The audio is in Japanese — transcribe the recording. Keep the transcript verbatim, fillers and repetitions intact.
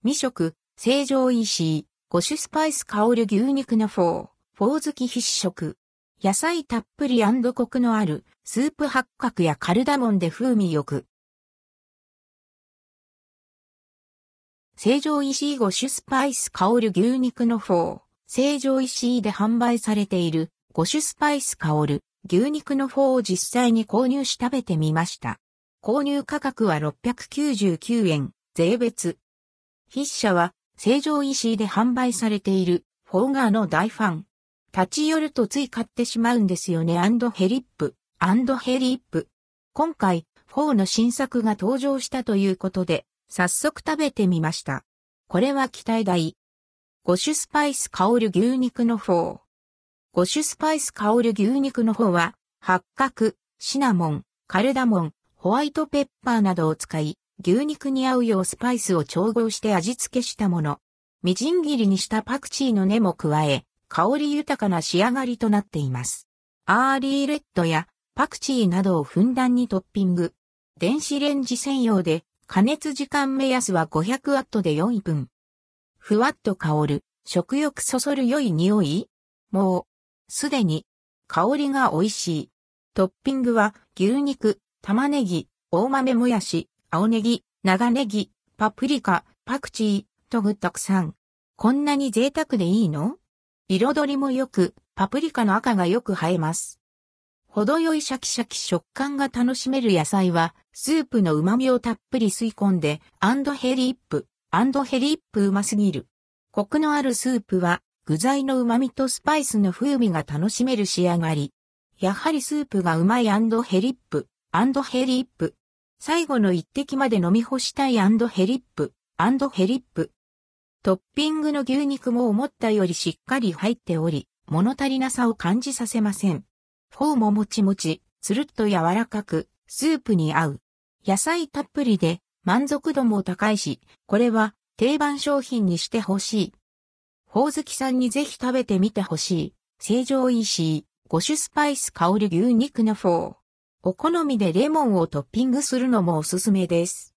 未食、成城石井、ご種スパイス香る牛肉のフォー、フォー好き必食。野菜たっぷり&コクのある、スープ八角やカルダモンで風味よく。成城石井ご種スパイス香る牛肉のフォー、成城石井で販売されている、ご種スパイス香る牛肉のフォーを実際に購入し食べてみました。購入価格はろっぴゃくきゅうじゅうきゅうえん、税別。筆者は、成城石井で販売されている、フォーガーの大ファン。立ち寄るとつい買ってしまうんですよね。アンドヘリップ、アンドヘリップ。今回、フォーの新作が登場したということで、早速食べてみました。これは期待大。ご種スパイス香る牛肉のフォー。ご種スパイス香る牛肉のフォーは、八角、シナモン、カルダモン、ホワイトペッパーなどを使い、牛肉に合うようスパイスを調合して味付けしたもの。みじん切りにしたパクチーの根も加え、香り豊かな仕上がりとなっています。アーリーレッドやパクチーなどをふんだんにトッピング。電子レンジ専用で加熱時間目安はごひゃくワットでよんぷん。ふわっと香る、食欲そそる良い匂い？もう、すでに、香りが美味しい。トッピングは牛肉、玉ねぎ、大豆もやし、青ネギ、長ネギ、パプリカ、パクチー、と具沢山。こんなに贅沢でいいの？彩りも良く、パプリカの赤がよく映えます。程よいシャキシャキ食感が楽しめる野菜は、スープの旨味をたっぷり吸い込んで、アンドヘリップ、アンドヘリップうますぎる。コクのあるスープは、具材の旨味とスパイスの風味が楽しめる仕上がり。やはりスープがうまいアンドヘリップ、アンドヘリップ。最後の一滴まで飲み干したいアンドヘリップ、アンドヘリップ。トッピングの牛肉も思ったよりしっかり入っており、物足りなさを感じさせません。フォーももちもち、つるっと柔らかく、スープに合う。野菜たっぷりで満足度も高いし、これは定番商品にしてほしい。フォー好きさんにぜひ食べてみてほしい。成城石井、ご種スパイス香る牛肉のフォー。お好みでレモンをトッピングするのもおすすめです。